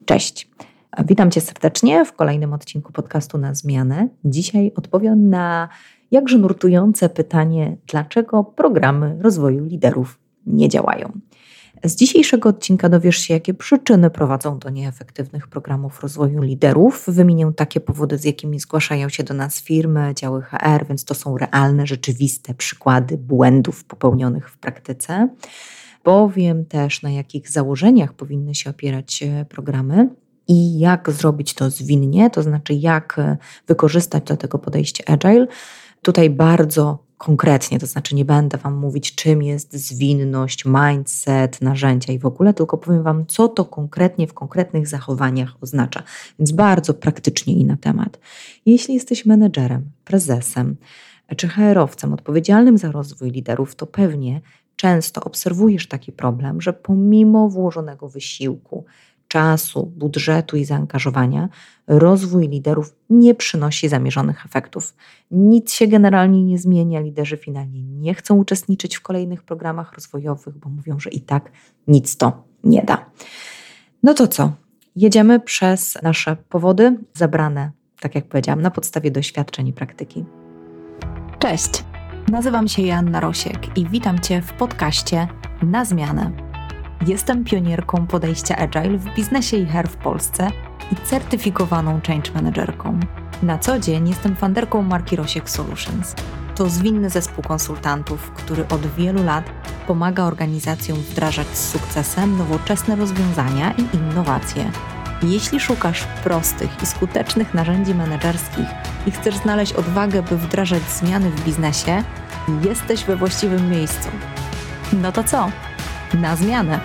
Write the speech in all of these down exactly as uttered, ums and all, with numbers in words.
Cześć, witam Cię serdecznie w kolejnym odcinku podcastu Na Zmianę. Dzisiaj odpowiem na jakże nurtujące pytanie, dlaczego programy rozwoju liderów nie działają. Z dzisiejszego odcinka dowiesz się, jakie przyczyny prowadzą do nieefektywnych programów rozwoju liderów. Wymienię takie powody, z jakimi zgłaszają się do nas firmy, działy H R, więc to są realne, rzeczywiste przykłady błędów popełnionych w praktyce. Powiem też, na jakich założeniach powinny się opierać programy i jak zrobić to zwinnie, to znaczy jak wykorzystać do tego podejście Agile. Tutaj bardzo konkretnie, to znaczy nie będę Wam mówić, czym jest zwinność, mindset, narzędzia i w ogóle, tylko powiem Wam, co to konkretnie w konkretnych zachowaniach oznacza. Więc bardzo praktycznie i na temat. Jeśli jesteś menedżerem, prezesem czy H R-owcem odpowiedzialnym za rozwój liderów, to pewnie często obserwujesz taki problem, że pomimo włożonego wysiłku, czasu, budżetu i zaangażowania, rozwój liderów nie przynosi zamierzonych efektów. Nic się generalnie nie zmienia, liderzy finalnie nie chcą uczestniczyć w kolejnych programach rozwojowych, bo mówią, że i tak nic to nie da. No to co? Jedziemy przez nasze powody zebrane, tak jak powiedziałam, na podstawie doświadczeń i praktyki. Cześć, nazywam się Joanna Rosiek i witam Cię w podcaście Na Zmianę. Jestem pionierką podejścia Agile w biznesie i H R w Polsce i certyfikowaną change managerką. Na co dzień jestem funderką marki Rosiek Solutions. To zwinny zespół konsultantów, który od wielu lat pomaga organizacjom wdrażać z sukcesem nowoczesne rozwiązania i innowacje. Jeśli szukasz prostych i skutecznych narzędzi menedżerskich i chcesz znaleźć odwagę, by wdrażać zmiany w biznesie, jesteś we właściwym miejscu. No to co? Na zmianę!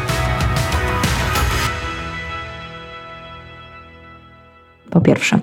Po pierwsze,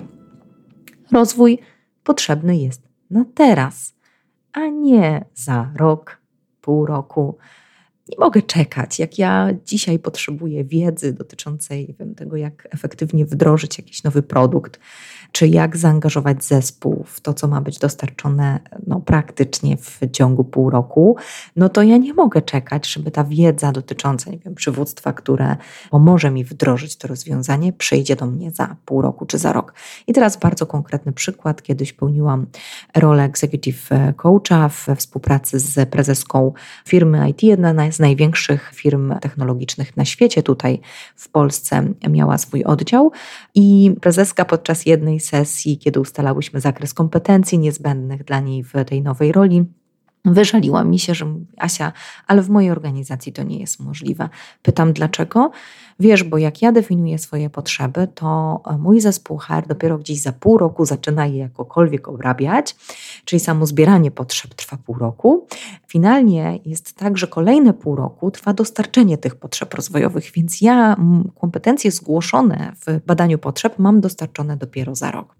rozwój potrzebny jest na teraz, a nie za rok, pół roku. Nie mogę czekać, jak ja dzisiaj potrzebuję wiedzy dotyczącej nie wiem, tego, jak efektywnie wdrożyć jakiś nowy produkt, czy jak zaangażować zespół w to, co ma być dostarczone no, praktycznie w ciągu pół roku, no to ja nie mogę czekać, żeby ta wiedza dotycząca nie wiem, przywództwa, które pomoże mi wdrożyć to rozwiązanie, przyjdzie do mnie za pół roku czy za rok. I teraz bardzo konkretny przykład. Kiedyś pełniłam rolę executive coacha w współpracy z prezeską firmy I T, jedna z największych firm technologicznych na świecie. Tutaj w Polsce miała swój oddział i prezeska podczas jednej sesji, kiedy ustalałyśmy zakres kompetencji niezbędnych dla niej w tej nowej roli, wyżaliła mi się, że mówi, Asia, ale w mojej organizacji to nie jest możliwe. Pytam dlaczego? Wiesz, bo jak ja definiuję swoje potrzeby, to mój zespół H R dopiero gdzieś za pół roku zaczyna je jakokolwiek obrabiać, czyli samo zbieranie potrzeb trwa pół roku. Finalnie jest tak, że kolejne pół roku trwa dostarczenie tych potrzeb rozwojowych, więc ja kompetencje zgłoszone w badaniu potrzeb mam dostarczone dopiero za rok.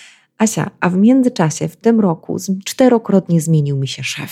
Asia, a w międzyczasie w tym roku czterokrotnie zmienił mi się szef.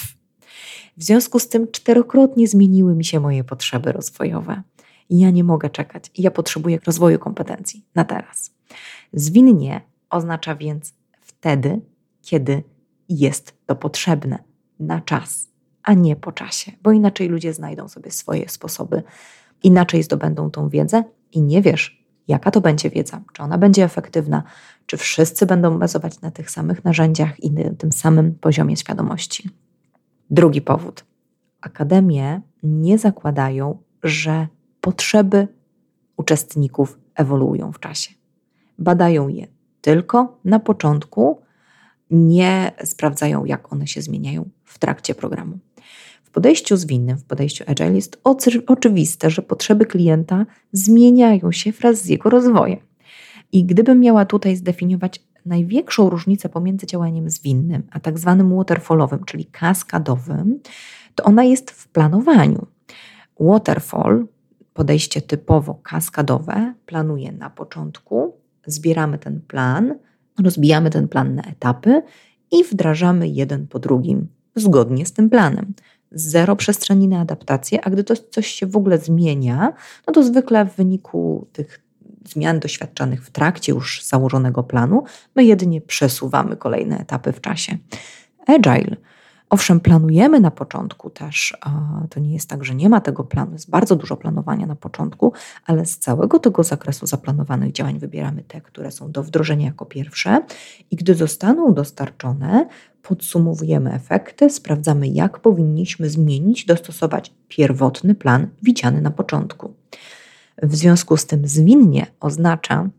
W związku z tym czterokrotnie zmieniły mi się moje potrzeby rozwojowe. I ja nie mogę czekać. I ja potrzebuję rozwoju kompetencji na teraz. Zwinnie oznacza więc wtedy, kiedy jest to potrzebne, na czas, a nie po czasie. Bo inaczej ludzie znajdą sobie swoje sposoby, inaczej zdobędą tą wiedzę i nie wiesz, jaka to będzie wiedza, czy ona będzie efektywna, czy wszyscy będą bazować na tych samych narzędziach i na tym samym poziomie świadomości. Drugi powód. Akademie nie zakładają, że potrzeby uczestników ewoluują w czasie. Badają je tylko na początku, nie sprawdzają, jak one się zmieniają w trakcie programu. W podejściu zwinnym, w podejściu Agile jest oczywiste, że potrzeby klienta zmieniają się wraz z jego rozwojem. I gdybym miała tutaj zdefiniować największą różnicę pomiędzy działaniem zwinnym, a tak zwanym waterfallowym, czyli kaskadowym, to ona jest w planowaniu. Waterfall, podejście typowo kaskadowe, planuje na początku, zbieramy ten plan, rozbijamy ten plan na etapy i wdrażamy jeden po drugim, zgodnie z tym planem. Zero przestrzeni na adaptację, a gdy to coś się w ogóle zmienia, no to zwykle w wyniku tych zmian doświadczanych w trakcie już założonego planu, my jedynie przesuwamy kolejne etapy w czasie. Agile Owszem, planujemy na początku też, to nie jest tak, że nie ma tego planu, jest bardzo dużo planowania na początku, ale z całego tego zakresu zaplanowanych działań wybieramy te, które są do wdrożenia jako pierwsze i gdy zostaną dostarczone, podsumowujemy efekty, sprawdzamy, jak powinniśmy zmienić, dostosować pierwotny plan widziany na początku. W związku z tym zwinnie oznacza,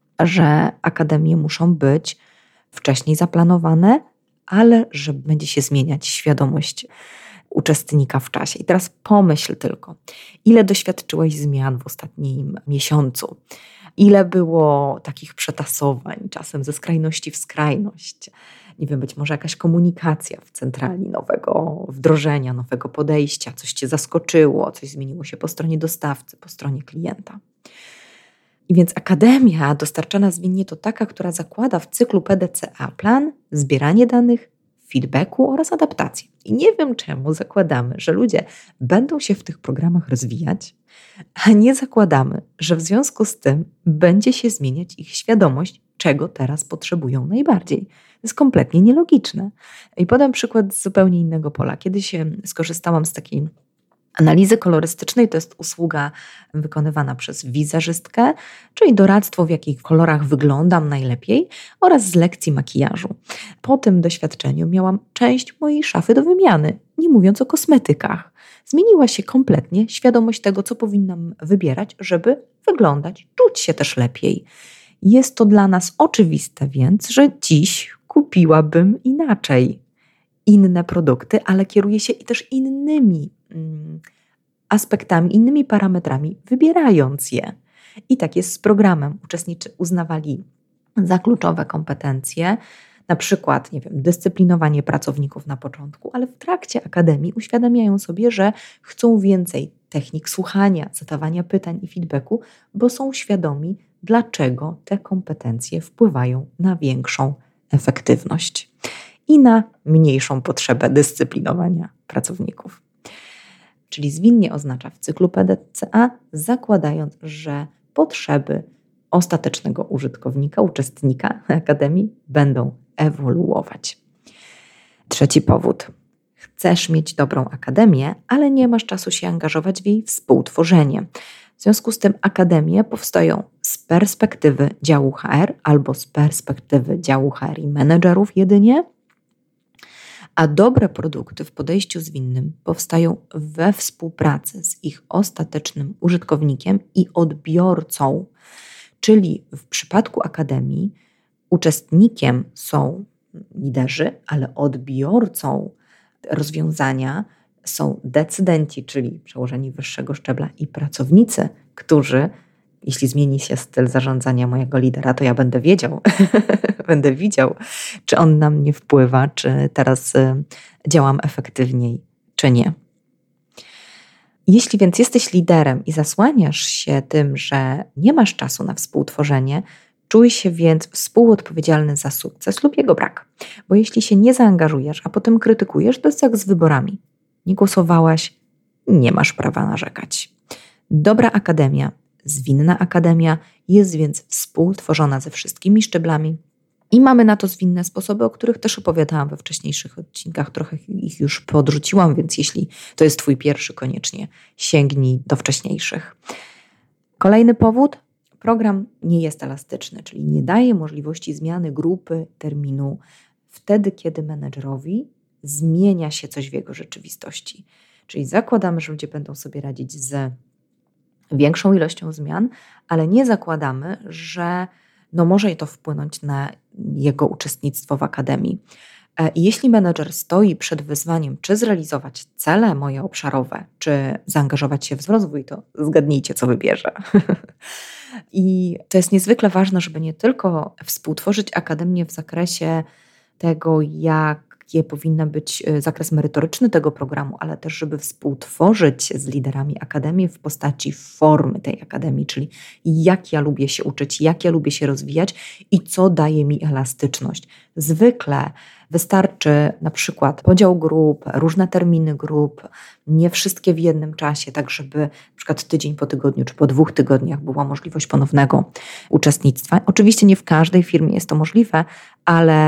że akademie muszą być wcześniej zaplanowane, ale że będzie się zmieniać świadomość uczestnika w czasie. I teraz pomyśl tylko, ile doświadczyłeś zmian w ostatnim miesiącu, ile było takich przetasowań, czasem ze skrajności w skrajność. Nie wiem, być może jakaś komunikacja w centrali nowego wdrożenia, nowego podejścia, coś Cię zaskoczyło, coś zmieniło się po stronie dostawcy, po stronie klienta. I więc akademia dostarczana zwinnie to taka, która zakłada w cyklu P D C A plan, zbieranie danych, feedbacku oraz adaptację. I nie wiem czemu zakładamy, że ludzie będą się w tych programach rozwijać, a nie zakładamy, że w związku z tym będzie się zmieniać ich świadomość, czego teraz potrzebują najbardziej. To jest kompletnie nielogiczne. I podam przykład z zupełnie innego pola. Kiedyś skorzystałam z takiej analizy kolorystycznej, to jest usługa wykonywana przez wizerzystkę, czyli doradztwo, w jakich kolorach wyglądam najlepiej, oraz z lekcji makijażu. Po tym doświadczeniu miałam część mojej szafy do wymiany, nie mówiąc o kosmetykach. Zmieniła się kompletnie świadomość tego, co powinnam wybierać, żeby wyglądać, czuć się też lepiej. Jest to dla nas oczywiste więc, że dziś kupiłabym inaczej inne produkty, ale kieruję się i też innymi mm, aspektami, innymi parametrami, wybierając je. I tak jest z programem. Uczestnicy uznawali za kluczowe kompetencje, na przykład, nie wiem, dyscyplinowanie pracowników na początku, ale w trakcie akademii uświadamiają sobie, że chcą więcej technik słuchania, zadawania pytań i feedbacku, bo są świadomi, dlaczego te kompetencje wpływają na większą efektywność i na mniejszą potrzebę dyscyplinowania pracowników. Czyli zwinnie oznacza w cyklu P D C A, zakładając, że potrzeby ostatecznego użytkownika, uczestnika akademii będą ewoluować. Trzeci powód. Chcesz mieć dobrą akademię, ale nie masz czasu się angażować w jej współtworzenie. W związku z tym akademie powstają z perspektywy działu H R albo z perspektywy działu H R i menedżerów jedynie, a dobre produkty w podejściu zwinnym powstają we współpracy z ich ostatecznym użytkownikiem i odbiorcą. Czyli w przypadku akademii uczestnikiem są liderzy, ale odbiorcą rozwiązania są decydenci, czyli przełożeni wyższego szczebla i pracownicy, którzy, jeśli zmieni się styl zarządzania mojego lidera, to ja będę wiedział, będę widział, czy on na mnie wpływa, czy teraz działam efektywniej, czy nie. Jeśli więc jesteś liderem i zasłaniasz się tym, że nie masz czasu na współtworzenie, czuj się więc współodpowiedzialny za sukces lub jego brak. Bo jeśli się nie zaangażujesz, a potem krytykujesz, to jest jak z wyborami. Nie głosowałaś, nie masz prawa narzekać. Dobra akademia, zwinna akademia jest więc współtworzona ze wszystkimi szczeblami i mamy na to zwinne sposoby, o których też opowiadałam we wcześniejszych odcinkach. Trochę ich już podrzuciłam, więc jeśli to jest Twój pierwszy, koniecznie sięgnij do wcześniejszych. Kolejny powód. Program nie jest elastyczny, czyli nie daje możliwości zmiany grupy, terminu wtedy, kiedy menedżerowi zmienia się coś w jego rzeczywistości. Czyli zakładamy, że ludzie będą sobie radzić z większą ilością zmian, ale nie zakładamy, że no może to wpłynąć na jego uczestnictwo w akademii. I jeśli menedżer stoi przed wyzwaniem, czy zrealizować cele moje obszarowe, czy zaangażować się w rozwój, to zgadnijcie, co wybierze. I to jest niezwykle ważne, żeby nie tylko współtworzyć akademię w zakresie tego, jaki powinien być zakres merytoryczny tego programu, ale też, żeby współtworzyć z liderami akademii w postaci formy tej akademii, czyli jak ja lubię się uczyć, jak ja lubię się rozwijać i co daje mi elastyczność. Zwykle wystarczy na przykład podział grup, różne terminy grup, nie wszystkie w jednym czasie, tak żeby na przykład tydzień po tygodniu czy po dwóch tygodniach była możliwość ponownego uczestnictwa. Oczywiście nie w każdej firmie jest to możliwe, ale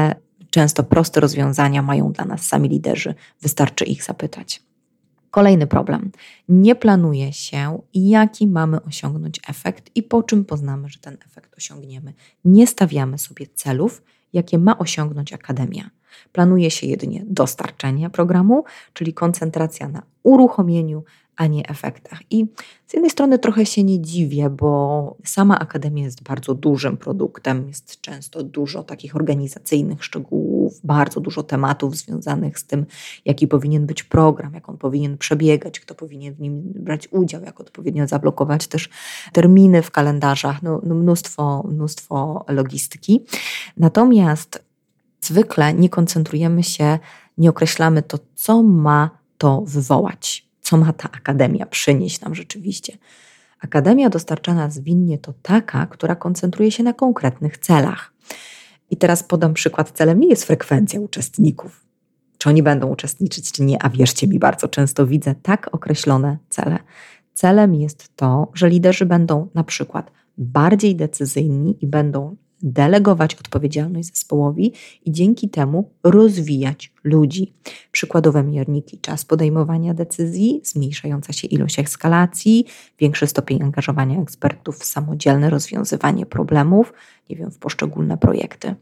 Często proste rozwiązania mają dla nas sami liderzy, wystarczy ich zapytać. Kolejny problem. Nie planuje się, jaki mamy osiągnąć efekt i po czym poznamy, że ten efekt osiągniemy. Nie stawiamy sobie celów, jakie ma osiągnąć Akademia. Planuje się jedynie dostarczenie programu, czyli koncentracja na uruchomieniu, a nie efektach. I z jednej strony trochę się nie dziwię, bo sama Akademia jest bardzo dużym produktem, jest często dużo takich organizacyjnych szczegółów, bardzo dużo tematów związanych z tym, jaki powinien być program, jak on powinien przebiegać, kto powinien w nim brać udział, jak odpowiednio zablokować też terminy w kalendarzach, no, no mnóstwo, mnóstwo logistyki. Natomiast zwykle nie koncentrujemy się, nie określamy to, co ma to wywołać. Co ma ta Akademia przynieść nam rzeczywiście? Akademia dostarczana zwinnie to taka, która koncentruje się na konkretnych celach. I teraz podam przykład. Celem nie jest frekwencja uczestników. Czy oni będą uczestniczyć, czy nie, a wierzcie mi, bardzo często widzę tak określone cele. Celem jest to, że liderzy będą na przykład bardziej decyzyjni i będą delegować odpowiedzialność zespołowi i dzięki temu rozwijać ludzi. Przykładowe mierniki: czas podejmowania decyzji, zmniejszająca się ilość eskalacji, większy stopień angażowania ekspertów w samodzielne rozwiązywanie problemów, nie wiem, w poszczególne projekty.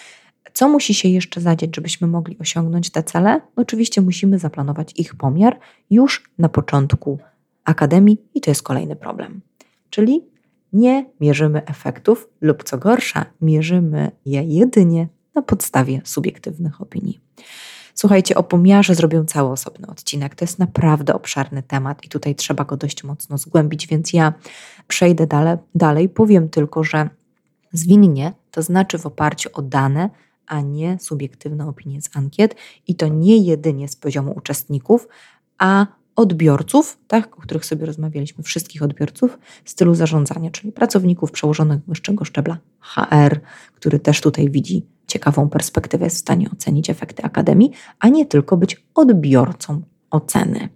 Co musi się jeszcze zadziać, żebyśmy mogli osiągnąć te cele? Oczywiście musimy zaplanować ich pomiar już na początku Akademii i to jest kolejny problem. Czyli nie mierzymy efektów lub co gorsza, mierzymy je jedynie na podstawie subiektywnych opinii. Słuchajcie, o pomiarze zrobię cały osobny odcinek. To jest naprawdę obszerny temat i tutaj trzeba go dość mocno zgłębić, więc ja przejdę dalej, dalej. Powiem tylko, że zwinnie to znaczy w oparciu o dane, a nie subiektywne opinie z ankiet i to nie jedynie z poziomu uczestników, a odbiorców, tak, o których sobie rozmawialiśmy, wszystkich odbiorców w stylu zarządzania, czyli pracowników przełożonych wyższego szczebla, H R, który też tutaj widzi ciekawą perspektywę, jest w stanie ocenić efekty Akademii, a nie tylko być odbiorcą oceny.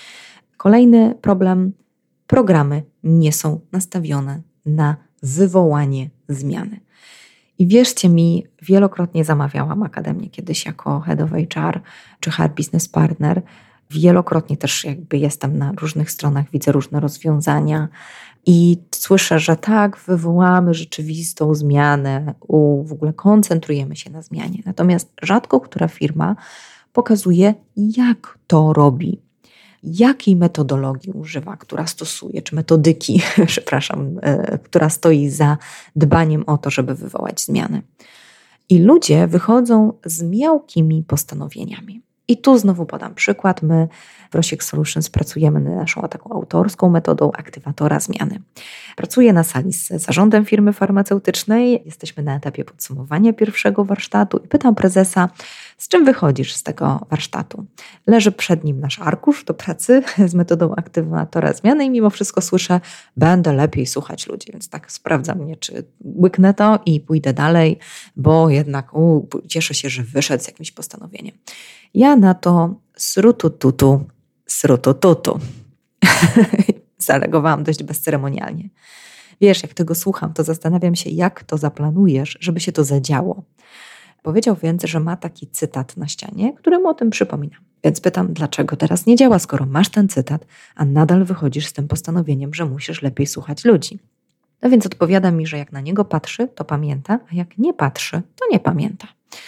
Kolejny problem. Programy nie są nastawione na wywołanie zmiany. I wierzcie mi, wielokrotnie zamawiałam Akademię kiedyś jako Head of H R czy H R Business Partner. Wielokrotnie też jakby jestem na różnych stronach, widzę różne rozwiązania i słyszę, że tak, wywołamy rzeczywistą zmianę, u, w ogóle koncentrujemy się na zmianie. Natomiast rzadko która firma pokazuje, jak to robi, jakiej metodologii używa, która stosuje, czy metodyki, przepraszam, e, która stoi za dbaniem o to, żeby wywołać zmiany. I ludzie wychodzą z miałkimi postanowieniami. I tu znowu podam przykład. My w Rosiek Solutions pracujemy nad naszą taką autorską metodą aktywatora zmiany. Pracuję na sali z zarządem firmy farmaceutycznej. Jesteśmy na etapie podsumowania pierwszego warsztatu i pytam prezesa, z czym wychodzisz z tego warsztatu? Leży przed nim nasz arkusz do pracy z metodą aktywatora zmiany i mimo wszystko słyszę, będę lepiej słuchać ludzi. Więc tak sprawdzam mnie, czy łyknę to i pójdę dalej, bo jednak u, cieszę się, że wyszedł z jakimś postanowieniem. Ja na to srutututu, srutututu. Zareagowałam dość bezceremonialnie. Wiesz, jak tego słucham, to zastanawiam się, jak to zaplanujesz, żeby się to zadziało. Powiedział więc, że ma taki cytat na ścianie, który mu o tym przypomina. Więc pytam, dlaczego teraz nie działa, skoro masz ten cytat, a nadal wychodzisz z tym postanowieniem, że musisz lepiej słuchać ludzi. No więc odpowiada mi, że jak na niego patrzy, to pamięta, a jak nie patrzy, to nie pamięta.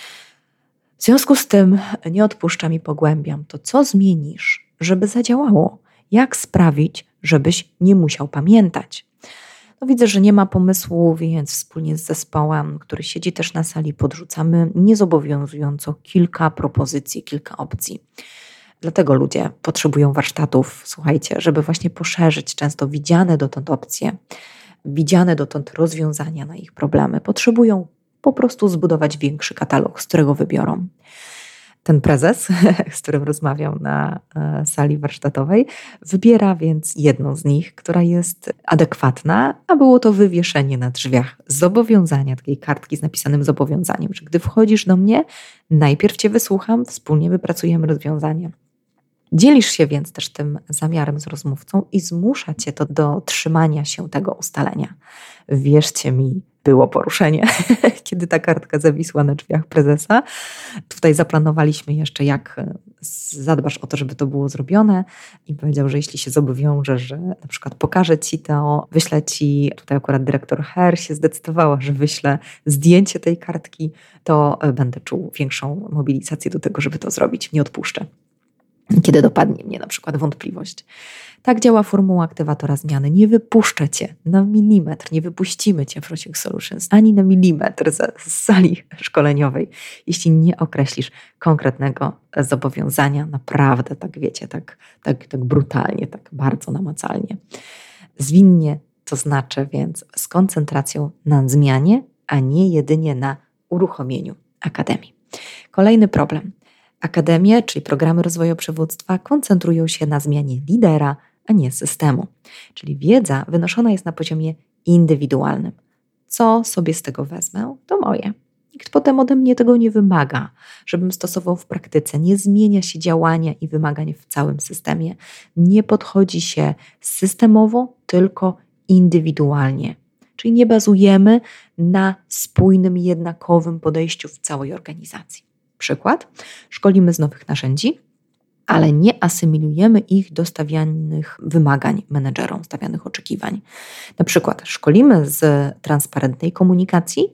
W związku z tym nie odpuszczam i pogłębiam to, co zmienisz, żeby zadziałało. Jak sprawić, żebyś nie musiał pamiętać. No widzę, że nie ma pomysłu, więc wspólnie z zespołem, który siedzi też na sali, podrzucamy niezobowiązująco kilka propozycji, kilka opcji. Dlatego ludzie potrzebują warsztatów, słuchajcie, żeby właśnie poszerzyć często widziane dotąd opcje, widziane dotąd rozwiązania na ich problemy. Potrzebują po prostu zbudować większy katalog, z którego wybiorą. Ten prezes, z którym rozmawiam na sali warsztatowej, wybiera więc jedną z nich, która jest adekwatna, a było to wywieszenie na drzwiach zobowiązania, takiej kartki z napisanym zobowiązaniem, że gdy wchodzisz do mnie, najpierw Cię wysłucham, wspólnie wypracujemy rozwiązanie. Dzielisz się więc też tym zamiarem z rozmówcą i zmusza Cię to do trzymania się tego ustalenia. Wierzcie mi, było poruszenie, kiedy ta kartka zawisła na drzwiach prezesa. Tutaj zaplanowaliśmy jeszcze, jak zadbasz o to, żeby to było zrobione i powiedział, że jeśli się zobowiąże, że na przykład pokaże Ci to, wyślę Ci, tutaj akurat dyrektor H R się zdecydowała, że wyślę zdjęcie tej kartki, to będę czuł większą mobilizację do tego, żeby to zrobić. Nie odpuszczę, kiedy dopadnie mnie na przykład wątpliwość. Tak działa formuła aktywatora zmiany. Nie wypuszczę Cię na milimetr, nie wypuścimy Cię w Rosiek Solutions ani na milimetr z, z sali szkoleniowej, jeśli nie określisz konkretnego zobowiązania, naprawdę, tak wiecie, tak, tak, tak brutalnie, tak bardzo namacalnie. Zwinnie to znaczy więc z koncentracją na zmianie, a nie jedynie na uruchomieniu Akademii. Kolejny problem. Akademie, czyli programy rozwoju przywództwa, koncentrują się na zmianie lidera, a nie systemu. Czyli wiedza wynoszona jest na poziomie indywidualnym. Co sobie z tego wezmę, to moje. Nikt potem ode mnie tego nie wymaga, żebym stosował w praktyce. Nie zmienia się działania i wymagań w całym systemie. Nie podchodzi się systemowo, tylko indywidualnie. Czyli nie bazujemy na spójnym, jednakowym podejściu w całej organizacji. Przykład, szkolimy z nowych narzędzi, ale nie asymilujemy ich do stawianych wymagań menedżerom, stawianych oczekiwań. Na przykład szkolimy z transparentnej komunikacji,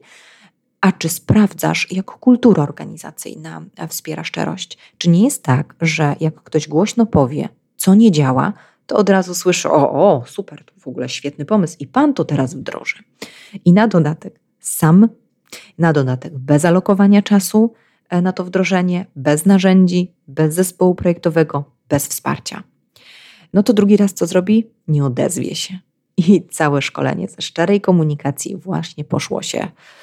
a czy sprawdzasz, jak kultura organizacyjna wspiera szczerość? Czy nie jest tak, że jak ktoś głośno powie, co nie działa, to od razu słyszy, o, o, super, to w ogóle świetny pomysł i Pan to teraz wdroży. I na dodatek sam, na dodatek bez alokowania czasu, na to wdrożenie, bez narzędzi, bez zespołu projektowego, bez wsparcia. No to drugi raz co zrobi? Nie odezwie się. I całe szkolenie ze szczerej komunikacji właśnie poszło się,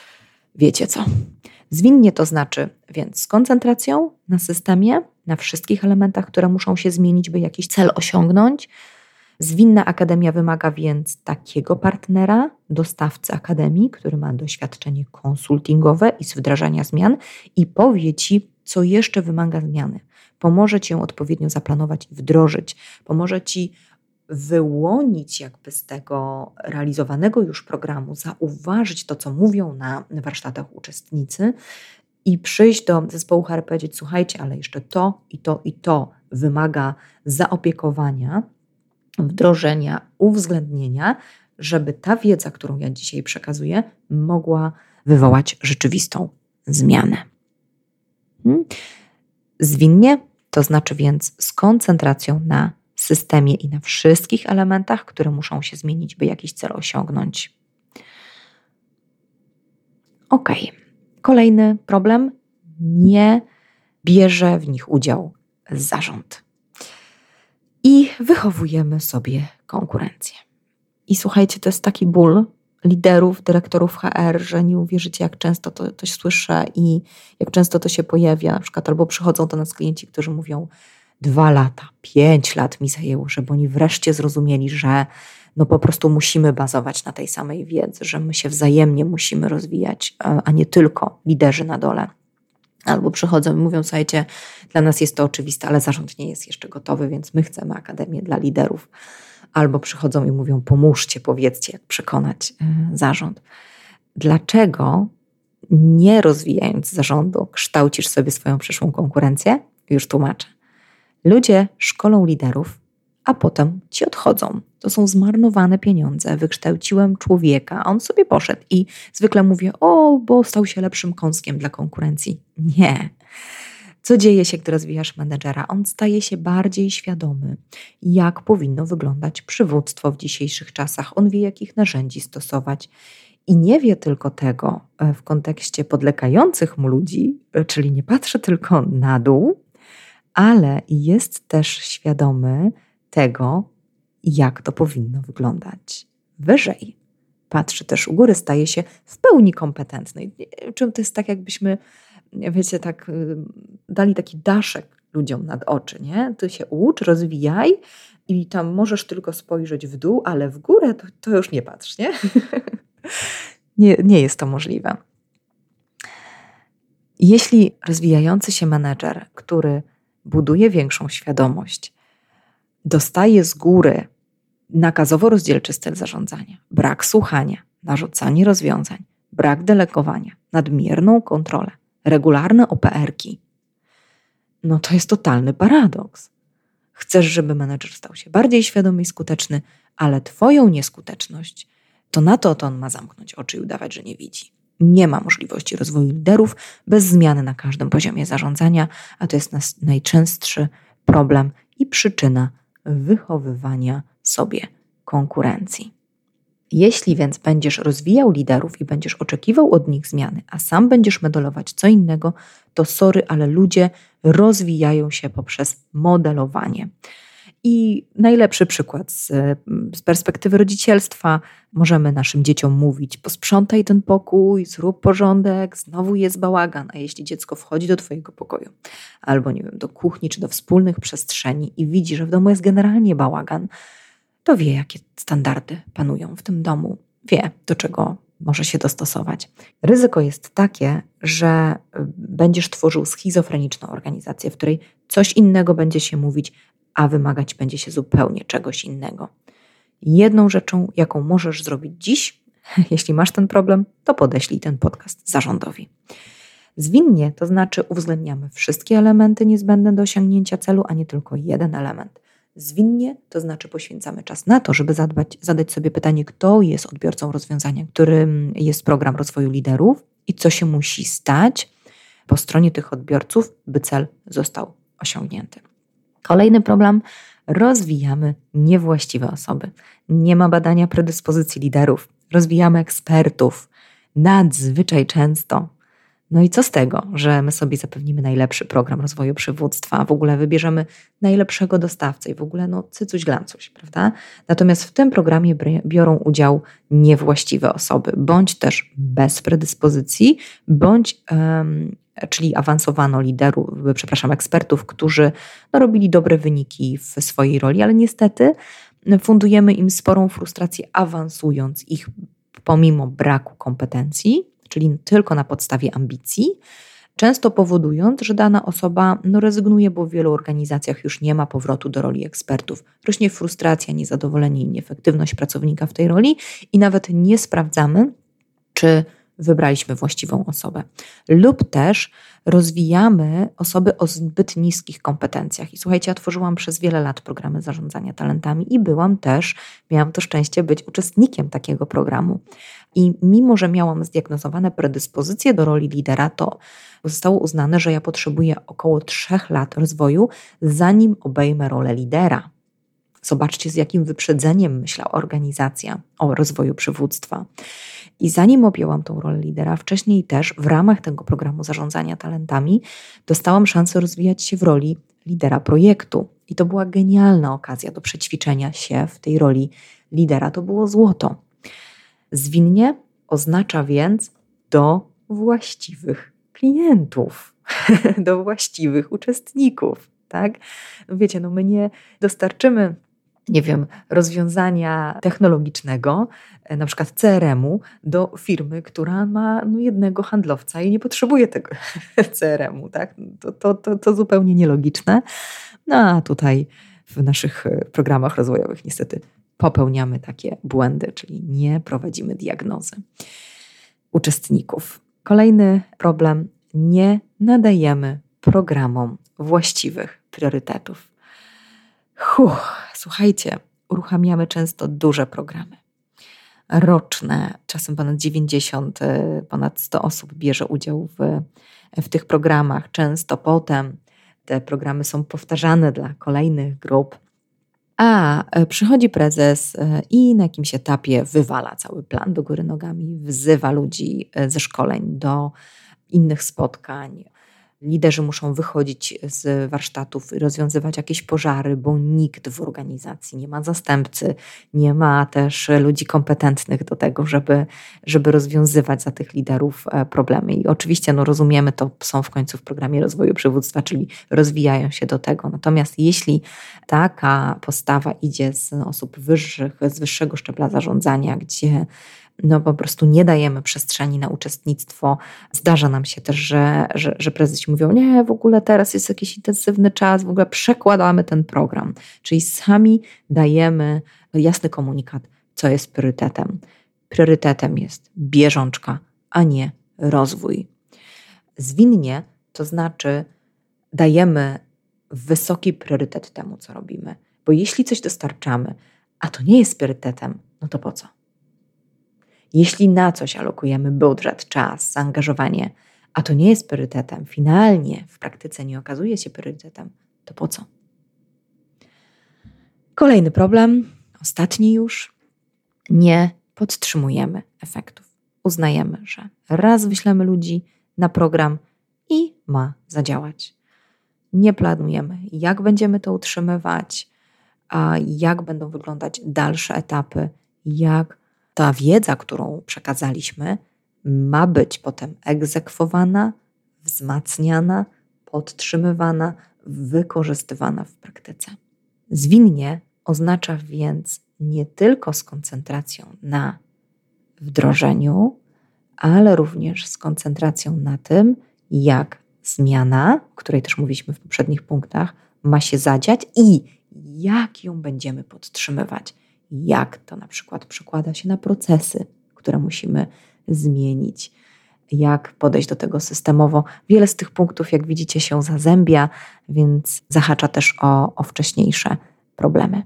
wiecie co. Zwinnie to znaczy więc z koncentracją na systemie, na wszystkich elementach, które muszą się zmienić, by jakiś cel osiągnąć. Zwinna Akademia wymaga więc takiego partnera, dostawcy Akademii, który ma doświadczenie konsultingowe i z wdrażania zmian i powie Ci, co jeszcze wymaga zmiany. Pomoże Cię odpowiednio zaplanować i wdrożyć. Pomoże Ci wyłonić jakby z tego realizowanego już programu, zauważyć to, co mówią na warsztatach uczestnicy i przyjść do zespołu H R i powiedzieć, słuchajcie, ale jeszcze to i to i to wymaga zaopiekowania, wdrożenia, uwzględnienia, żeby ta wiedza, którą ja dzisiaj przekazuję, mogła wywołać rzeczywistą zmianę. Hmm? Zwinnie to znaczy więc z koncentracją na systemie i na wszystkich elementach, które muszą się zmienić, by jakiś cel osiągnąć. Ok. Kolejny problem. Nie bierze w nich udział zarząd. I wychowujemy sobie konkurencję. I słuchajcie, to jest taki ból liderów, dyrektorów H R, że nie uwierzycie, jak często to, to słyszę i jak często to się pojawia. Na przykład albo przychodzą do nas klienci, którzy mówią, dwa lata, pięć lat mi zajęło, żeby oni wreszcie zrozumieli, że no po prostu musimy bazować na tej samej wiedzy, że my się wzajemnie musimy rozwijać, a nie tylko liderzy na dole. Albo przychodzą i mówią, słuchajcie, dla nas jest to oczywiste, ale zarząd nie jest jeszcze gotowy, więc my chcemy Akademię dla liderów. Albo przychodzą i mówią, pomóżcie, powiedzcie, jak przekonać zarząd. Dlaczego nie rozwijając zarządu kształcisz sobie swoją przyszłą konkurencję? Już tłumaczę. Ludzie szkolą liderów, a potem ci odchodzą. To są zmarnowane pieniądze. Wykształciłem człowieka, a on sobie poszedł i zwykle mówię, o, bo stał się lepszym kąskiem dla konkurencji. Nie. Co dzieje się, gdy rozwijasz menedżera? On staje się bardziej świadomy, jak powinno wyglądać przywództwo w dzisiejszych czasach. On wie, jakich narzędzi stosować. I nie wie tylko tego w kontekście podlegających mu ludzi, czyli nie patrzy tylko na dół, ale jest też świadomy tego, jak to powinno wyglądać wyżej. Patrzy też u góry, staje się w pełni kompetentny. Czym to jest tak, jakbyśmy, wiecie, tak dali taki daszek ludziom nad oczy, nie? Ty się ucz, rozwijaj i tam możesz tylko spojrzeć w dół, ale w górę to, to już nie patrz, nie? nie? Nie jest to możliwe. Jeśli rozwijający się menedżer, który buduje większą świadomość, dostaje z góry nakazowo-rozdzielczy styl zarządzania, brak słuchania, narzucanie rozwiązań, brak delegowania, nadmierną kontrolę, regularne O P R-ki. No to jest totalny paradoks. Chcesz, żeby menedżer stał się bardziej świadomy i skuteczny, ale twoją nieskuteczność, to na to, to on ma zamknąć oczy i udawać, że nie widzi. Nie ma możliwości rozwoju liderów bez zmiany na każdym poziomie zarządzania, a to jest nas najczęstszy problem i przyczyna wychowywania sobie konkurencji. Jeśli więc będziesz rozwijał liderów i będziesz oczekiwał od nich zmiany, a sam będziesz modelować co innego, to sorry, ale ludzie rozwijają się poprzez modelowanie. I najlepszy przykład z, z perspektywy rodzicielstwa. Możemy naszym dzieciom mówić: posprzątaj ten pokój, zrób porządek, znowu jest bałagan. A jeśli dziecko wchodzi do twojego pokoju albo nie wiem, do kuchni czy do wspólnych przestrzeni i widzi, że w domu jest generalnie bałagan, to wie, jakie standardy panują w tym domu, wie, do czego może się dostosować. Ryzyko jest takie, że będziesz tworzył schizofreniczną organizację, w której coś innego będzie się mówić, a wymagać będzie się zupełnie czegoś innego. Jedną rzeczą, jaką możesz zrobić dziś, jeśli masz ten problem, to podeślij ten podcast zarządowi. Zwinnie to znaczy uwzględniamy wszystkie elementy niezbędne do osiągnięcia celu, a nie tylko jeden element. Zwinnie to znaczy poświęcamy czas na to, żeby zadbać, zadać sobie pytanie, kto jest odbiorcą rozwiązania, którym jest program rozwoju liderów i co się musi stać po stronie tych odbiorców, by cel został osiągnięty. Kolejny problem. Rozwijamy niewłaściwe osoby. Nie ma badania predyspozycji liderów. Rozwijamy ekspertów nadzwyczaj często. No i co z tego, że my sobie zapewnimy najlepszy program rozwoju przywództwa, w ogóle wybierzemy najlepszego dostawcę i w ogóle no cycuś glancuś, prawda? Natomiast w tym programie biorą udział niewłaściwe osoby, bądź też bez predyspozycji, bądź um, czyli awansowano liderów, przepraszam, ekspertów, którzy no, robili dobre wyniki w swojej roli, ale niestety fundujemy im sporą frustrację, awansując ich pomimo braku kompetencji, czyli tylko na podstawie ambicji, często powodując, że dana osoba no, rezygnuje, bo w wielu organizacjach już nie ma powrotu do roli ekspertów. Rośnie frustracja, niezadowolenie i nieefektywność pracownika w tej roli i nawet nie sprawdzamy, czy wybraliśmy właściwą osobę. Lub też rozwijamy osoby o zbyt niskich kompetencjach. I słuchajcie, ja tworzyłam przez wiele lat programy zarządzania talentami i byłam też, miałam to szczęście być uczestnikiem takiego programu. I mimo, że miałam zdiagnozowane predyspozycje do roli lidera, to zostało uznane, że ja potrzebuję około trzech lat rozwoju, zanim obejmę rolę lidera. Zobaczcie, z jakim wyprzedzeniem myślała organizacja o rozwoju przywództwa. I zanim objęłam tą rolę lidera, wcześniej też w ramach tego programu zarządzania talentami dostałam szansę rozwijać się w roli lidera projektu. I to była genialna okazja do przećwiczenia się w tej roli lidera. To było złoto. Zwinnie oznacza więc do właściwych klientów, do właściwych uczestników. Tak? Wiecie, no my nie dostarczymy, nie wiem, rozwiązania technologicznego, na przykład C R M-u, do firmy, która ma no, jednego handlowca i nie potrzebuje tego C R M-u. Tak? To, to, to, to zupełnie nielogiczne. No a tutaj w naszych programach rozwojowych niestety popełniamy takie błędy, czyli nie prowadzimy diagnozy uczestników. Kolejny problem. Nie nadajemy programom właściwych priorytetów. Huch, słuchajcie, uruchamiamy często duże programy. Roczne, czasem ponad dziewięćdziesiąt, ponad sto osób bierze udział w, w tych programach. Często potem te programy są powtarzane dla kolejnych grup. A przychodzi prezes i na jakimś etapie wywala cały plan do góry nogami, wzywa ludzi ze szkoleń do innych spotkań. Liderzy muszą wychodzić z warsztatów i rozwiązywać jakieś pożary, bo nikt w organizacji nie ma zastępcy, nie ma też ludzi kompetentnych do tego, żeby, żeby rozwiązywać za tych liderów problemy. I oczywiście no, rozumiemy, to są w końcu w programie rozwoju przywództwa, czyli rozwijają się do tego. Natomiast jeśli taka postawa idzie z osób wyższych, z wyższego szczebla zarządzania, gdzie no po prostu nie dajemy przestrzeni na uczestnictwo. Zdarza nam się też, że, że, że prezesi mówią, nie, w ogóle teraz jest jakiś intensywny czas, w ogóle przekładamy ten program. Czyli sami dajemy jasny komunikat, co jest priorytetem. Priorytetem jest bieżączka, a nie rozwój. Zwinnie to znaczy dajemy wysoki priorytet temu, co robimy. Bo jeśli coś dostarczamy, a to nie jest priorytetem, no to po co? Jeśli na coś alokujemy budżet, czas, zaangażowanie, a to nie jest priorytetem, finalnie w praktyce nie okazuje się priorytetem, to po co? Kolejny problem, ostatni już, nie podtrzymujemy efektów. Uznajemy, że raz wyślemy ludzi na program i ma zadziałać. Nie planujemy, jak będziemy to utrzymywać, a jak będą wyglądać dalsze etapy, jak ta wiedza, którą przekazaliśmy, ma być potem egzekwowana, wzmacniana, podtrzymywana, wykorzystywana w praktyce. Zwinnie oznacza więc nie tylko z koncentracją na wdrożeniu, ale również z koncentracją na tym, jak zmiana, o której też mówiliśmy w poprzednich punktach, ma się zadziać i jak ją będziemy podtrzymywać. Jak to na przykład przekłada się na procesy, które musimy zmienić. Jak podejść do tego systemowo. Wiele z tych punktów, jak widzicie, się zazębia, więc zahacza też o, o wcześniejsze problemy.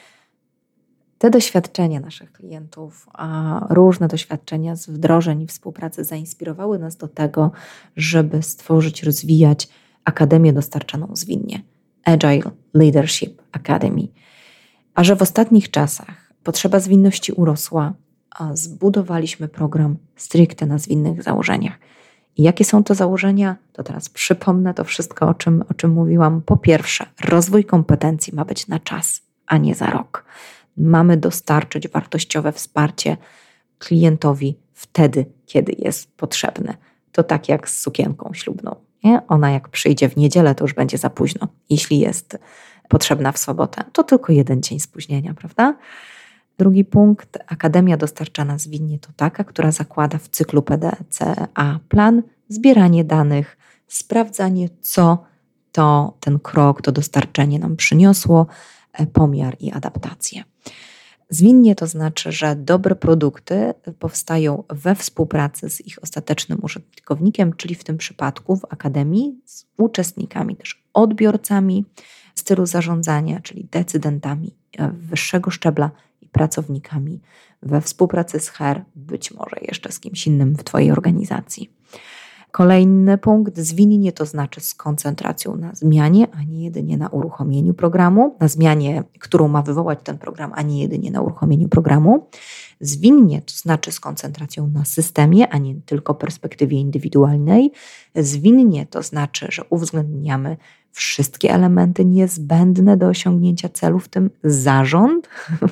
Te doświadczenia naszych klientów, a różne doświadczenia z wdrożeń i współpracy zainspirowały nas do tego, żeby stworzyć, rozwijać Akademię dostarczaną zwinnie. Agile Leadership Academy. A że w ostatnich czasach potrzeba zwinności urosła, a zbudowaliśmy program stricte na zwinnych założeniach. I jakie są to założenia? To teraz przypomnę to wszystko, o czym, o czym mówiłam. Po pierwsze, rozwój kompetencji ma być na czas, a nie za rok. Mamy dostarczyć wartościowe wsparcie klientowi wtedy, kiedy jest potrzebne. To tak jak z sukienką ślubną. Nie? Ona jak przyjdzie w niedzielę, to już będzie za późno. Jeśli jest potrzebna w sobotę, to tylko jeden dzień spóźnienia, prawda? Drugi punkt, Akademia dostarczana zwinnie to taka, która zakłada w cyklu P D C A plan zbieranie danych, sprawdzanie, co to ten krok, to dostarczenie nam przyniosło, pomiar i adaptację. Zwinnie to znaczy, że dobre produkty powstają we współpracy z ich ostatecznym użytkownikiem, czyli w tym przypadku w Akademii z uczestnikami, też odbiorcami stylu zarządzania, czyli decydentami wyższego szczebla i pracownikami we współpracy z H R, być może jeszcze z kimś innym w Twojej organizacji. Kolejny punkt, zwinnie to znaczy z koncentracją na zmianie, a nie jedynie na uruchomieniu programu, na zmianie, którą ma wywołać ten program, a nie jedynie na uruchomieniu programu. Zwinnie to znaczy z koncentracją na systemie, a nie tylko perspektywie indywidualnej. Zwinnie to znaczy, że uwzględniamy wszystkie elementy niezbędne do osiągnięcia celu, w tym zarząd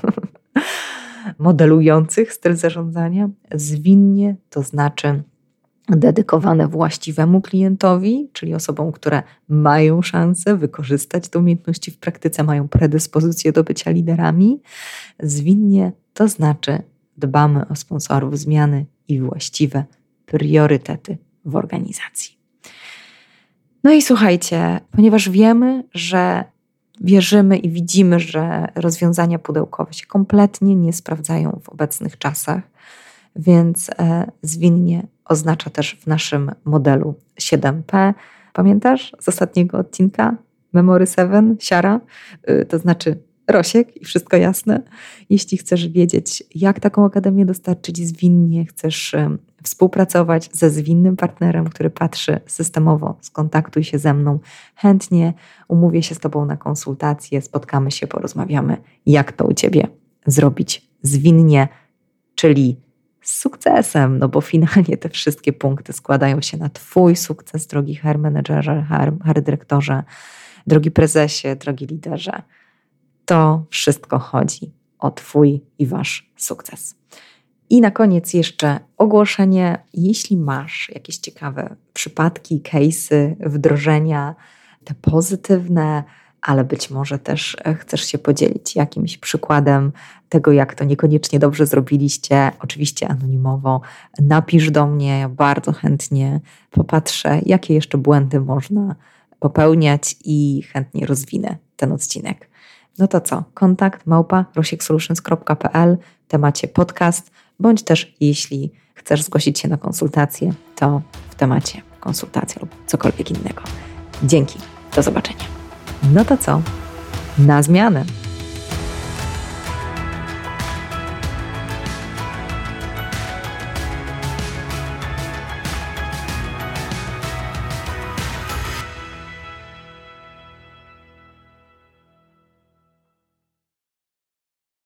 modelujących styl zarządzania. Zwinnie to znaczy dedykowane właściwemu klientowi, czyli osobom, które mają szansę wykorzystać te umiejętności w praktyce, mają predyspozycję do bycia liderami. Zwinnie to znaczy dbamy o sponsorów zmiany i właściwe priorytety w organizacji. No i słuchajcie, ponieważ wiemy, że wierzymy i widzimy, że rozwiązania pudełkowe się kompletnie nie sprawdzają w obecnych czasach, więc e, zwinnie oznacza też w naszym modelu siedem P. Pamiętasz z ostatniego odcinka? Memory siedem, siara, y, to znaczy Rosiek i wszystko jasne. Jeśli chcesz wiedzieć, jak taką akademię dostarczyć zwinnie, chcesz y, współpracować ze zwinnym partnerem, który patrzy systemowo, skontaktuj się ze mną. Chętnie umówię się z Tobą na konsultację, spotkamy się, porozmawiamy, jak to u Ciebie zrobić zwinnie, czyli z sukcesem, no bo finalnie te wszystkie punkty składają się na Twój sukces, drogi H R menedżerze, H R, H R dyrektorze, drogi prezesie, drogi liderze. To wszystko chodzi o Twój i Wasz sukces. I na koniec jeszcze ogłoszenie, jeśli masz jakieś ciekawe przypadki, case'y, wdrożenia, te pozytywne, ale być może też chcesz się podzielić jakimś przykładem tego, jak to niekoniecznie dobrze zrobiliście, oczywiście anonimowo, napisz do mnie, ja bardzo chętnie popatrzę, jakie jeszcze błędy można popełniać i chętnie rozwinę ten odcinek. No to co? Kontakt małpa rosieksolutions kropka p l w temacie podcast, bądź też jeśli chcesz zgłosić się na konsultację, to w temacie konsultacja lub cokolwiek innego. Dzięki, do zobaczenia. No to co? Na zmianę!